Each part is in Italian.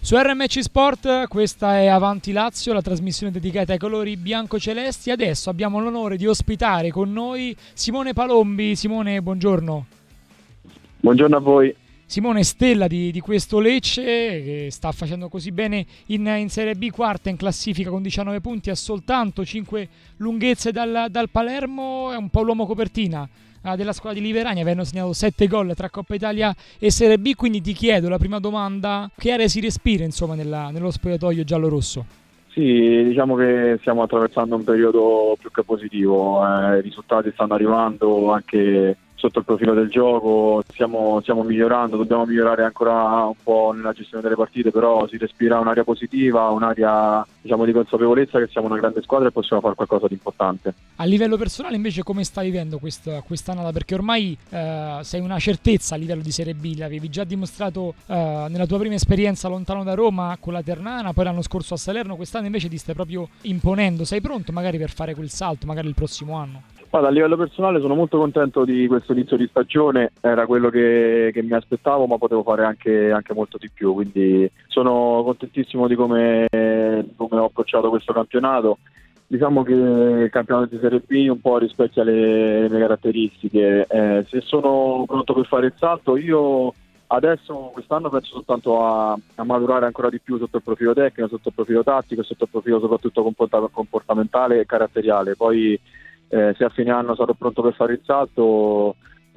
Su RMC Sport, questa è Avanti Lazio, la trasmissione dedicata ai colori biancocelesti. Adesso abbiamo l'onore di ospitare con noi Simone Palombi. Simone, buongiorno. Buongiorno a voi. Simone, stella di questo Lecce, che sta facendo così bene in Serie B, quarta in classifica con 19 punti, ha soltanto 5 lunghezze dal Palermo, è un po' l'uomo copertina della squadra di Liverani, avendo segnato 7 gol tra Coppa Italia e Serie B. Quindi ti chiedo, la prima domanda, che aria si respira insomma nello spogliatoio giallorosso? Sì, diciamo che stiamo attraversando un periodo più che positivo, i risultati stanno arrivando anche sotto il profilo del gioco, stiamo migliorando, dobbiamo migliorare ancora un po' nella gestione delle partite, però si respira un'aria positiva, un'aria diciamo di consapevolezza che siamo una grande squadra e possiamo fare qualcosa di importante. A livello personale invece come stai vivendo quest'annata? Perché ormai sei una certezza a livello di Serie B, l'avevi già dimostrato nella tua prima esperienza lontano da Roma con la Ternana, poi l'anno scorso a Salerno, quest'anno invece ti stai proprio imponendo, sei pronto magari per fare quel salto, magari il prossimo anno? Guarda, a livello personale sono molto contento di questo inizio di stagione, era quello che mi aspettavo, ma potevo fare anche molto di più, quindi sono contentissimo di come ho approcciato questo campionato. Diciamo che il campionato di Serie B un po' rispecchia le mie caratteristiche, se sono pronto per fare il salto io adesso quest'anno penso soltanto a maturare ancora di più sotto il profilo tecnico, sotto il profilo tattico, sotto il profilo soprattutto comportamentale e caratteriale. Poi se a fine anno sarò pronto per fare il salto,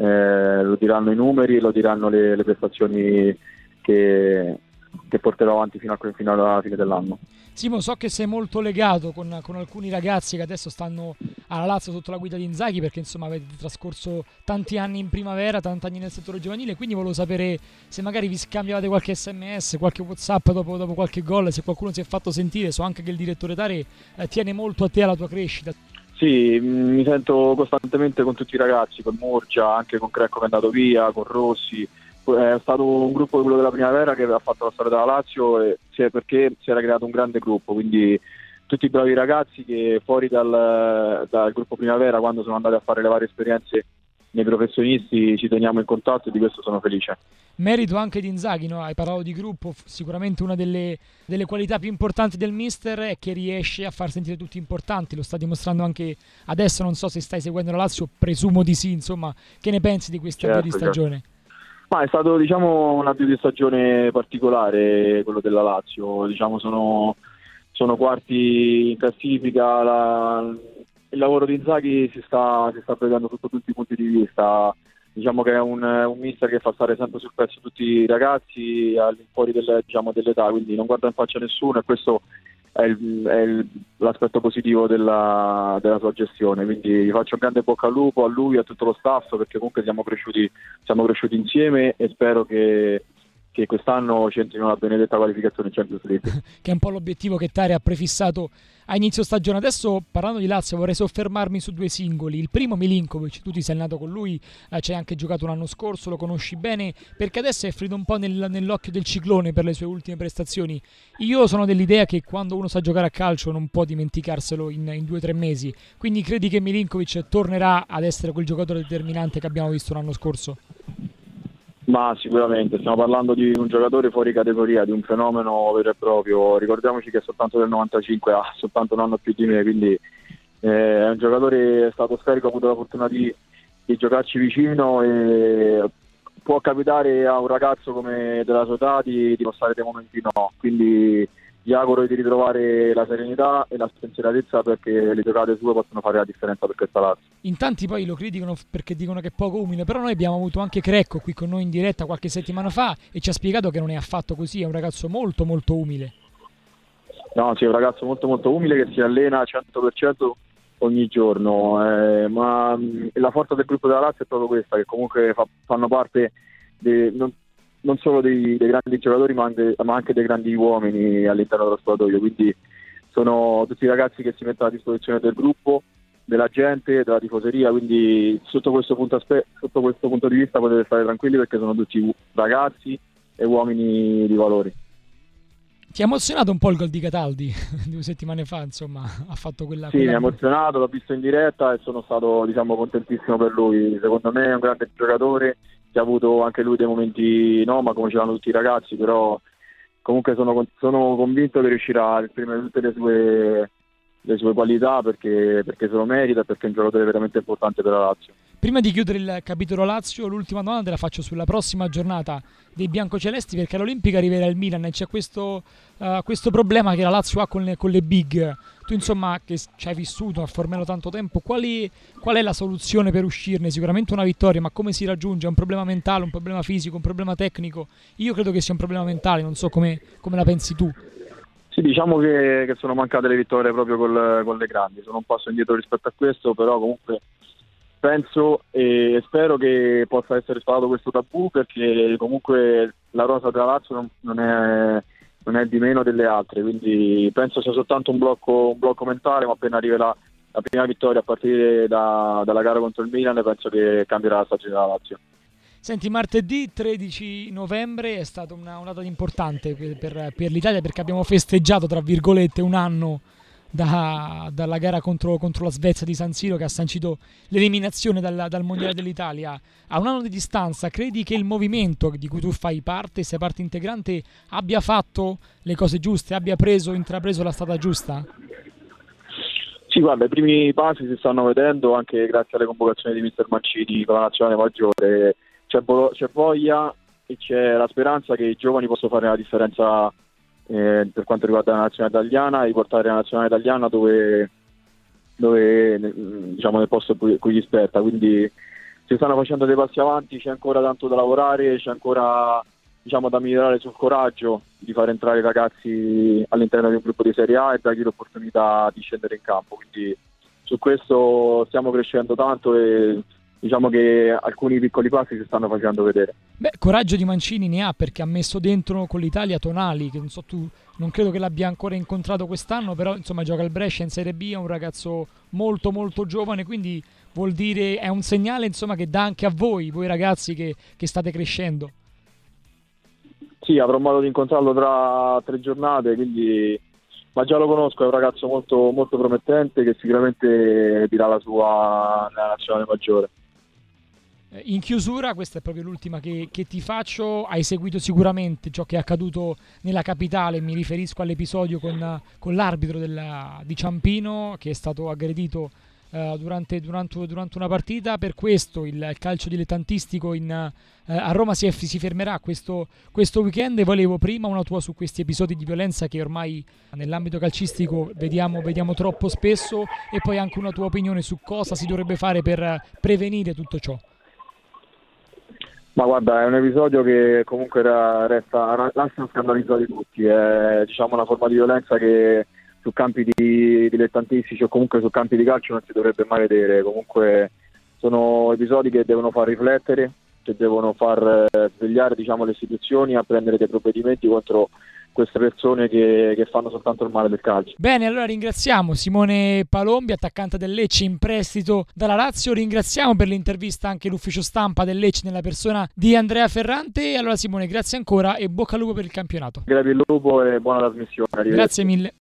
lo diranno i numeri, lo diranno le prestazioni che porterò avanti fino alla fine dell'anno. Simo, so che sei molto legato con alcuni ragazzi che adesso stanno alla Lazio sotto la guida di Inzaghi, perché insomma avete trascorso tanti anni in primavera, tanti anni nel settore giovanile, quindi volevo sapere se magari vi scambiavate qualche SMS, qualche WhatsApp dopo qualche gol, se qualcuno si è fatto sentire. So anche che il direttore Tare tiene molto a te e alla tua crescita. Sì, mi sento costantemente con tutti i ragazzi, con Murgia, anche con Crecco che è andato via, con Rossi. È stato un gruppo, quello della primavera, che ha fatto la storia della Lazio perché si era creato un grande gruppo, quindi tutti i bravi ragazzi che fuori dal gruppo primavera, quando sono andati a fare le varie esperienze nei professionisti, ci teniamo in contatto e di questo sono felice. Merito anche di Inzaghi, no? Hai parlato di gruppo, sicuramente una delle qualità più importanti del mister è che riesce a far sentire tutti importanti, lo sta dimostrando anche adesso. Non so se stai seguendo la Lazio, presumo di sì, insomma, che ne pensi di questa avvio di stagione? Certo. Ma è stato un avvio di stagione particolare quello della Lazio, sono quarti in classifica, il lavoro di Inzaghi si sta vedendo sotto tutti i punti di vista. Diciamo che è un mister che fa stare sempre sul pezzo tutti i ragazzi all'infuori dell'età, quindi non guarda in faccia a nessuno, e questo è l'aspetto positivo della sua gestione. Quindi gli faccio un grande bocca al lupo a lui e a tutto lo staff, perché comunque siamo cresciuti insieme e spero che quest'anno ci entrino la benedetta qualificazione in Champions League. Che è un po' l'obiettivo che Tare ha prefissato a inizio stagione. Adesso, parlando di Lazio, vorrei soffermarmi su due singoli. Il primo, Milinkovic, tu ti sei allenato con lui, ci hai anche giocato l'anno scorso, lo conosci bene, perché adesso è finito un po' nell'occhio del ciclone per le sue ultime prestazioni. Io sono dell'idea che quando uno sa giocare a calcio non può dimenticarselo in 2 o 3 mesi, quindi credi che Milinkovic tornerà ad essere quel giocatore determinante che abbiamo visto l'anno scorso? Ma sicuramente, stiamo parlando di un giocatore fuori categoria, di un fenomeno vero e proprio. Ricordiamoci che è soltanto del 95, ha soltanto un anno più di me, quindi è un giocatore stratosferico, ho avuto la fortuna di giocarci vicino, e può capitare a un ragazzo come della sua età di passare dei momenti no, quindi gli auguro di ritrovare la serenità e la spensieratezza, perché le giocate sue possono fare la differenza per questa Lazio. In tanti poi lo criticano perché dicono che è poco umile, però noi abbiamo avuto anche Crecco qui con noi in diretta qualche settimana fa e ci ha spiegato che non è affatto così, è un ragazzo molto molto umile. No, sì, è un ragazzo molto molto umile che si allena al 100% ogni giorno, ma la forza del gruppo della Lazio è proprio questa, che comunque fanno parte non solo dei grandi giocatori, ma anche dei grandi uomini all'interno dello spogliatoio, quindi sono tutti ragazzi che si mettono a disposizione del gruppo, della gente, della tifoseria, quindi sotto questo punto di vista potete stare tranquilli, perché sono tutti ragazzi e uomini di valori. Ti ha emozionato un po' il gol di Cataldi 2 settimane fa, insomma, ha fatto quella... Sì, mi ha emozionato, l'ho visto in diretta e sono stato contentissimo per lui. Secondo me è un grande giocatore, che ha avuto anche lui dei momenti no, ma come ce l'hanno tutti i ragazzi, però comunque sono convinto che riuscirà a esprimere tutte le sue qualità perché se lo merita e perché è un giocatore veramente importante per la Lazio. Prima di chiudere il capitolo Lazio, l'ultima domanda te la faccio sulla prossima giornata dei biancocelesti, perché all'Olimpica arriverà il Milan e c'è questo problema che la Lazio ha con le big. Tu insomma che ci hai vissuto a Formello tanto tempo, qual è la soluzione per uscirne? Sicuramente una vittoria, ma come si raggiunge? È un problema mentale, un problema fisico, un problema tecnico? Io credo che sia un problema mentale, non so come la pensi tu. Sì, diciamo che sono mancate le vittorie proprio con le grandi, sono un passo indietro rispetto a questo, però comunque penso e spero che possa essere sparato questo tabù, perché comunque la rosa della Lazio non è di meno delle altre, quindi penso sia soltanto un blocco mentale, ma appena arriverà la prima vittoria a partire dalla gara contro il Milan penso che cambierà la stagione della Lazio. Senti, martedì 13 novembre è stata una data importante per l'Italia, perché abbiamo festeggiato, tra virgolette, un anno dalla gara contro la Svezia di San Siro, che ha sancito l'eliminazione dal Mondiale dell'Italia. A un anno di distanza, credi che il movimento di cui tu fai parte, sei parte integrante, abbia fatto le cose giuste, abbia intrapreso la strada giusta? Sì, guarda, i primi passi si stanno vedendo anche grazie alle convocazioni di mister Mancini con la nazionale maggiore. C'è voglia e c'è la speranza che i giovani possano fare la differenza per quanto riguarda la nazionale italiana, e di portare la nazionale italiana dove diciamo nel posto cui gli spetta. Quindi si stanno facendo dei passi avanti, c'è ancora tanto da lavorare, c'è ancora da migliorare sul coraggio di far entrare i ragazzi all'interno di un gruppo di Serie A e dargli l'opportunità di scendere in campo. Quindi su questo stiamo crescendo tanto e diciamo che alcuni piccoli passi si stanno facendo vedere. Beh, coraggio di Mancini ne ha, perché ha messo dentro con l'Italia Tonali, che non credo che l'abbia ancora incontrato quest'anno, però insomma gioca al Brescia in Serie B, è un ragazzo molto molto giovane, quindi vuol dire, è un segnale insomma che dà anche a voi ragazzi che state crescendo. Sì, avrò modo di incontrarlo tra 3 giornate, quindi, ma già lo conosco, è un ragazzo molto, molto promettente che sicuramente dirà la sua nella nazionale maggiore. In chiusura, questa è proprio l'ultima che ti faccio. Hai seguito sicuramente ciò che è accaduto nella capitale, mi riferisco all'episodio con l'arbitro di Ciampino, che è stato aggredito durante una partita. Per questo il calcio dilettantistico a Roma si fermerà questo weekend, e volevo prima una tua su questi episodi di violenza che ormai nell'ambito calcistico vediamo troppo spesso, e poi anche una tua opinione su cosa si dovrebbe fare per prevenire tutto ciò. Ma guarda, è un episodio che comunque lascia scandalizzati tutti, è una forma di violenza che su campi dilettantistici o comunque su campi di calcio non si dovrebbe mai vedere. Comunque sono episodi che devono far riflettere, che devono far svegliare le istituzioni a prendere dei provvedimenti contro queste persone che fanno soltanto il male del calcio. Bene, allora ringraziamo Simone Palombi, attaccante del Lecce in prestito dalla Lazio. Ringraziamo per l'intervista anche l'ufficio stampa del Lecce nella persona di Andrea Ferrante. E allora Simone, grazie ancora e bocca al lupo per il campionato. Grazie al lupo e buona trasmissione. Grazie mille.